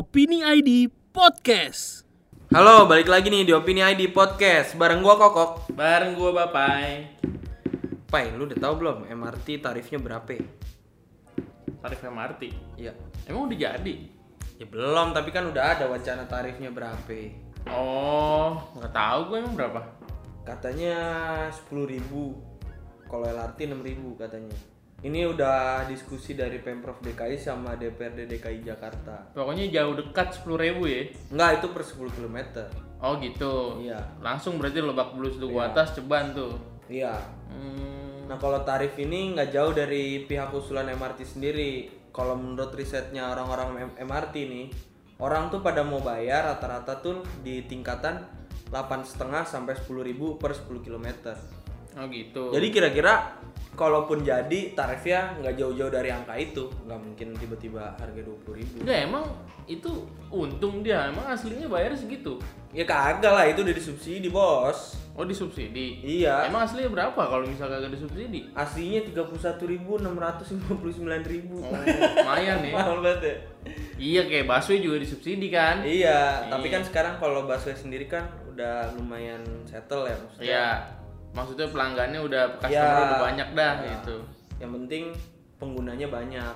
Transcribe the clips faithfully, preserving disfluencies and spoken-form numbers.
Opini I D Podcast. Halo, balik lagi nih di Opini I D Podcast. Bareng gua Kokok. Bareng gua Bapai. Pai, lu udah tahu belum M R T tarifnya berapa? Tarif M R T. Iya. Emang udah jadi? Ya belum, tapi kan udah ada wacana tarifnya berapa. Oh, nggak tahu gua emang berapa. Katanya sepuluh ribu. Kalau L R T enam ribu katanya. Ini udah diskusi dari Pemprov D K I sama D P R D D K I Jakarta. Pokoknya jauh dekat sepuluh ribu ya? Enggak, itu per sepuluh kilometer. Oh gitu. Iya. Langsung berarti Lebak Bulus Duku Iya. Atas Ceban tuh. Iya. Hmm. Nah, kalau tarif ini nggak jauh dari pihak usulan M R T sendiri. Kalau menurut risetnya orang-orang M R T nih, orang tuh pada mau bayar rata-rata tuh di tingkatan delapan koma lima sampai sepuluh ribu per sepuluh kilometer. Oh gitu. Jadi kira-kira kalaupun jadi tarifnya nggak jauh-jauh dari angka itu, nggak mungkin tiba-tiba harga dua puluh ribu. Enggak, emang itu untung dia. Emang aslinya bayar segitu? Ya kagak lah, itu udah disubsidi bos. Oh disubsidi? Iya. Emang aslinya berapa kalau misalnya kagak disubsidi? Aslinya tiga puluh satu ribu enam ratus lima puluh sembilan ribu. Oh, lumayan nih. Mahal banget ya. Iya, kayak busway juga disubsidi kan? Iya, Iya. tapi kan sekarang kalau busway sendiri kan udah lumayan settle ya maksudnya. Iya. Maksudnya pelanggannya udah customer Ya, udah banyak dah ya. gitu. Yang penting penggunanya banyak.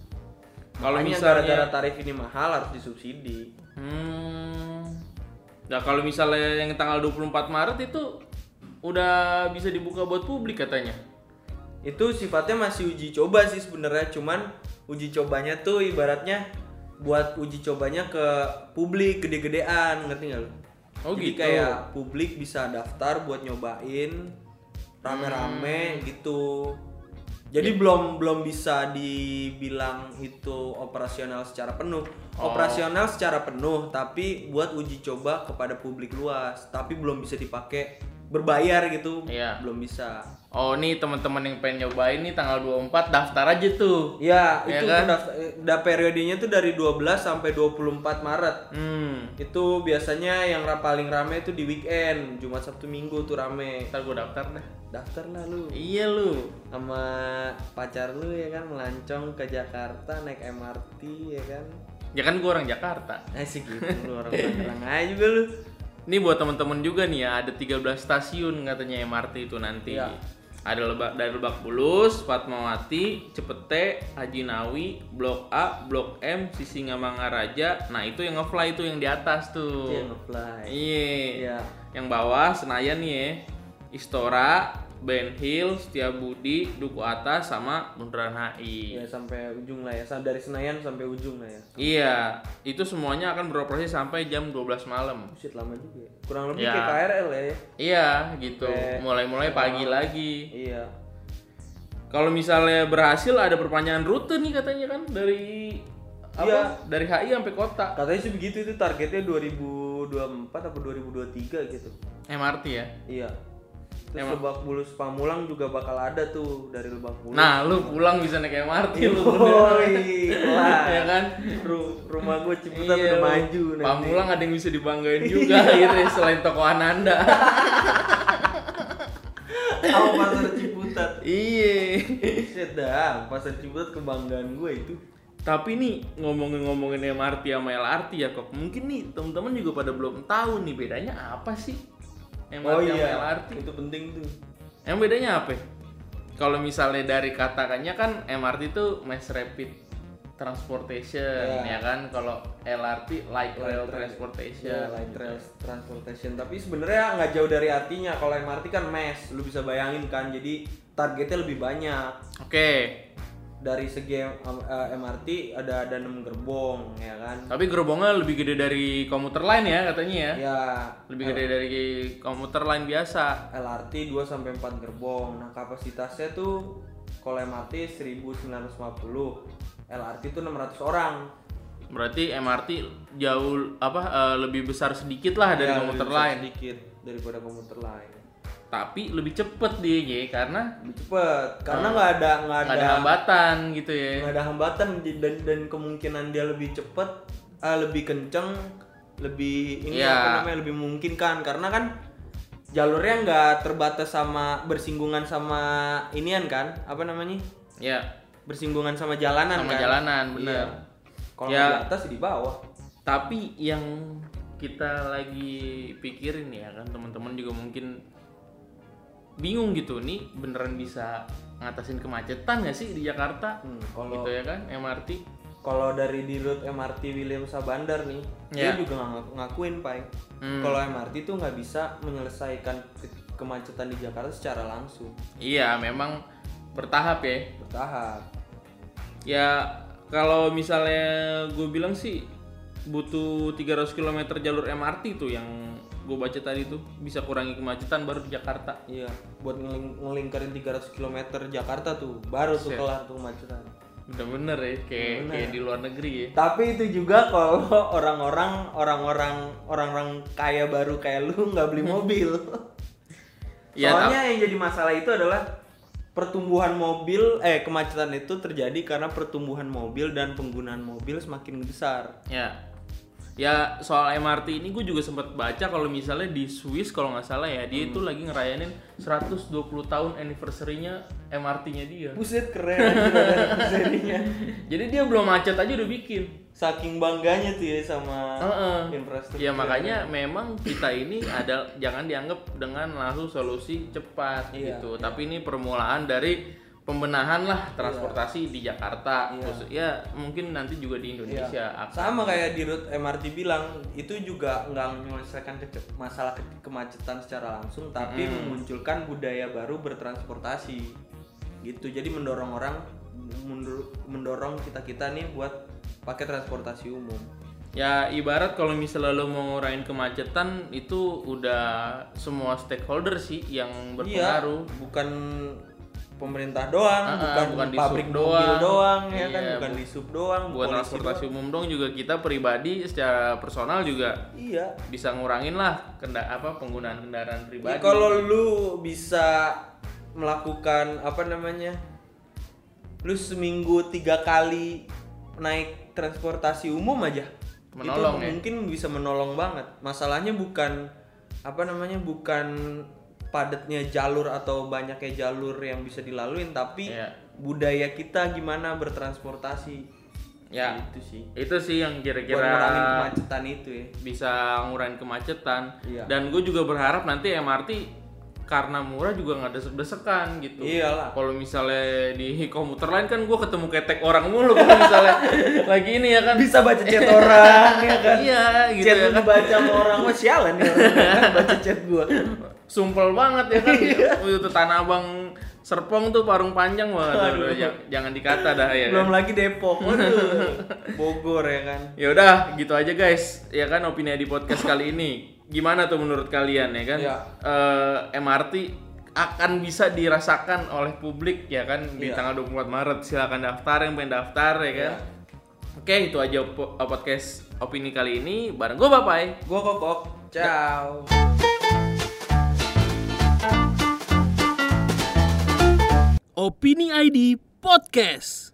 Kalau Makanya misalnya gara-gara tarif ini mahal harus disubsidi. Hmm. Nah, kalau misalnya yang tanggal dua puluh empat Maret itu udah bisa dibuka buat publik katanya. Itu sifatnya masih uji coba sih sebenarnya, cuman uji cobanya tuh ibaratnya buat uji cobanya ke publik gede-gedean, ngerti nggak lu? Oh, Jadi gitu. kayak publik bisa daftar buat nyobain rame-rame gitu. Jadi belum belum bisa dibilang itu operasional secara penuh. Oh. Operasional secara penuh, tapi buat uji coba kepada publik luas, tapi belum bisa dipakai berbayar gitu. Iya. Belum bisa. Oh, nih teman-teman yang pengen nyobain nih tanggal dua puluh empat daftar aja tuh. Ya, Ya itu kan? pendaftar- da periodenya tuh dari dua belas sampai dua puluh empat Maret. Hmm. Itu biasanya yang ra- paling rame tuh di weekend, Jumat Sabtu Minggu tuh rame. Ntar gue daftar dah. Daftar lah lu. Iya lu. Sama pacar lu ya kan, melancong ke Jakarta naik M R T ya kan. Ya kan gue orang Jakarta. Asik gitu lu, orang Tangerang aja juga lu. Ini buat teman-teman juga nih ya, ada tiga belas stasiun katanya M R T itu nanti. Iya. Ada Lebak, dari Lebak Bulus, Fatmawati, Cepete, Haji Nawi, Blok A, Blok M, Sisingamangaraja. Nah, itu yang nge-fly itu yang di atas tuh. Itu yang nge-fly. Iya. Iya. Yang bawah Senayan nih ya. Istora, Ben Hill, Setiabudi, Duku Atas sama Bundaran H I. Ya sampai ujung lah ya, Sa- dari Senayan sampai ujung lah ya. Iya, itu semuanya akan beroperasi sampai jam dua belas malam. Buset, lama juga ya. Kurang lebih Ya. kayak K R L ya. Iya, gitu. Sampai- Mulai-mulai pagi lagi. Iya. Kalau misalnya berhasil ada perpanjangan rute nih katanya kan dari apa? Iya. Dari H I sampai kota. Katanya sih begitu, itu targetnya dua ribu dua puluh empat atau dua ribu dua puluh tiga gitu. M R T ya. Iya. Terus Emang. Lebak Bulus Pamulang juga bakal ada tuh dari Lebak Bulus. Nah, lu pulang bisa naik M R T lu. Yoi, lah. Ya kan? Ru- rumah gue Ciputat Iya, udah maju nanti. Pamulang ada yang bisa dibanggain juga gitu ya, selain toko Ananda. Tahu pasar Ciputat. Iya. Shit dah, pasar Ciputat kebanggaan gue itu. Tapi nih ngomongin-ngomongin M R T sama L R T ya kok, mungkin nih teman-teman juga pada belum tahu nih bedanya apa sih M R T Oh sama iya, L R T. itu penting tuh. Yang bedanya apa? Kalau misalnya dari katakannya kan M R T itu mass rapid transportation, Iya. ya kan? Kalau L R T light rail Light rail. transportation. Ya, light rail transportation. Tapi sebenarnya nggak jauh dari artinya. Kalau M R T kan mass, lu bisa bayangin kan. Jadi targetnya lebih banyak. Oke. Dari segi um, uh, M R T ada ada enam gerbong ya kan. Tapi gerbongnya lebih gede dari komuter lain ya katanya ya. Ya, Lebih gede dari komuter lain biasa. L R T dua sampai empat gerbong. Nah, kapasitasnya tuh kalau M R T seribu sembilan ratus lima puluh, L R T tuh enam ratus orang. Berarti M R T jauh apa eh, lebih besar sedikit lah dari Ya, komuter lebih besar lain. sedikit daripada komuter lain. Tapi lebih cepet dia ya karena Lebih cepet karena nggak ada nggak nggak ada, ada hambatan gitu ya. nggak ada hambatan dan dan kemungkinan dia lebih cepet, ah, lebih kenceng, lebih ini Iya. apa namanya lebih memungkinkan karena kan jalurnya nggak terbatas sama bersinggungan sama inian kan apa namanya Ya, bersinggungan sama jalanan sama kan? jalanan bener. Iya. Kalau Ya. di atas di bawah. Tapi yang kita lagi pikirin ya kan, teman-teman juga mungkin bingung gitu, nih beneran bisa ngatasin kemacetan nggak sih di Jakarta? Hmm, kalau gitu ya kan, M R T. Kalau dari di route M R T William Sabandar nih, Ya. dia juga ng- ngakuin Pai. Hmm. Kalau M R T tuh nggak bisa menyelesaikan ke- kemacetan di Jakarta secara langsung, Iya, memang bertahap ya. bertahap. Ya kalau misalnya gue bilang sih butuh tiga ratus kilometer jalur M R T tuh yang gue baca tadi tuh bisa kurangi kemacetan baru di Jakarta. Iya, buat ngeling- ngelingkarin tiga ratus kilometer Jakarta tuh baru tuh Set. kelar tuh kemacetan. Bener-bener ya kayak Bener. kayak di luar negeri ya. Tapi itu juga kalau orang-orang orang-orang orang-orang kaya baru kayak lu nggak beli mobil. Ya, Soalnya yang jadi masalah itu adalah pertumbuhan mobil, eh kemacetan itu terjadi karena pertumbuhan mobil dan penggunaan mobil semakin besar. Ya, ya soal M R T ini gue juga sempat baca kalau misalnya di Swiss kalau nggak salah ya dia itu lagi ngerayain seratus dua puluh tahun anniversary-nya M R T-nya dia. Buset, keren anjir serinya. Jadi dia belum macet aja udah bikin. Saking bangganya tuh ya sama Heeh. infrastruktur. Ya makanya memang kita ini ada jangan dianggap dengan langsung solusi cepat Iya, gitu. iya. Tapi ini permulaan dari pembenahan lah transportasi di Jakarta. Iya. Khusus- ya mungkin nanti juga di Indonesia Iya. akan. Sama kayak di route M R T bilang, itu juga nggak menyelesaikan ke- masalah ke- kemacetan secara langsung, tapi Mm-mm. memunculkan budaya baru bertransportasi. Gitu. Jadi mendorong orang mundur- mendorong kita-kita nih buat pakai transportasi umum. Ya ibarat kalau misalnya lo mau ngurangin kemacetan itu udah semua stakeholder sih yang berpengaruh. Iya, bukan pemerintah doang, Ah, ah, bukan, bukan di pabrik sub mobil doang. doang, ya kan, Iya, bukan bu- di sub doang, Buat polisi transportasi doang. umum dong juga kita pribadi secara personal juga Iya. bisa ngurangin lah kenda apa penggunaan kendaraan Ya, pribadi. kalau lu bisa melakukan apa namanya, lu seminggu tiga kali naik transportasi umum aja, Menolong itu ya? mungkin bisa menolong banget. Masalahnya bukan apa namanya, bukan padatnya jalur atau banyaknya jalur yang bisa dilaluin, tapi Iya. budaya kita gimana bertransportasi. Ya, Itu sih. itu sih yang Buat kira-kira ngurangin kemacetan itu ya. bisa ngurangin kemacetan. Iya. Dan gue juga berharap nanti M R T karena murah juga nggak desek-desekan gitu. Iyalah. Kalau misalnya di komuter lain kan gue ketemu ketek orang mulu kalau misalnya lagi ini ya kan. Bisa baca chat orang ya kan. Iya gitu Chat ya lu kan. dibaca sama orang, wah sialan nih orang kan baca chat gua. Sumpel banget ya kan. Iya. Itu Tanah Abang Serpong tuh parung panjang banget. Aduh, jangan, jangan dikata dah ya. Belum kan? lagi Depok, waduh. Bogor ya kan. Ya udah, gitu aja guys. Ya kan opini di podcast kali ini. Gimana tuh menurut kalian ya kan? Ya. Eh, M R T akan bisa dirasakan oleh publik ya kan di Ya. tanggal dua puluh empat Maret. Silakan daftar yang pengen daftar ya kan. Ya. Oke, itu aja po- podcast opini kali ini bareng gue Bapai. Gua Kokok. Ciao. Opini I D Podcast.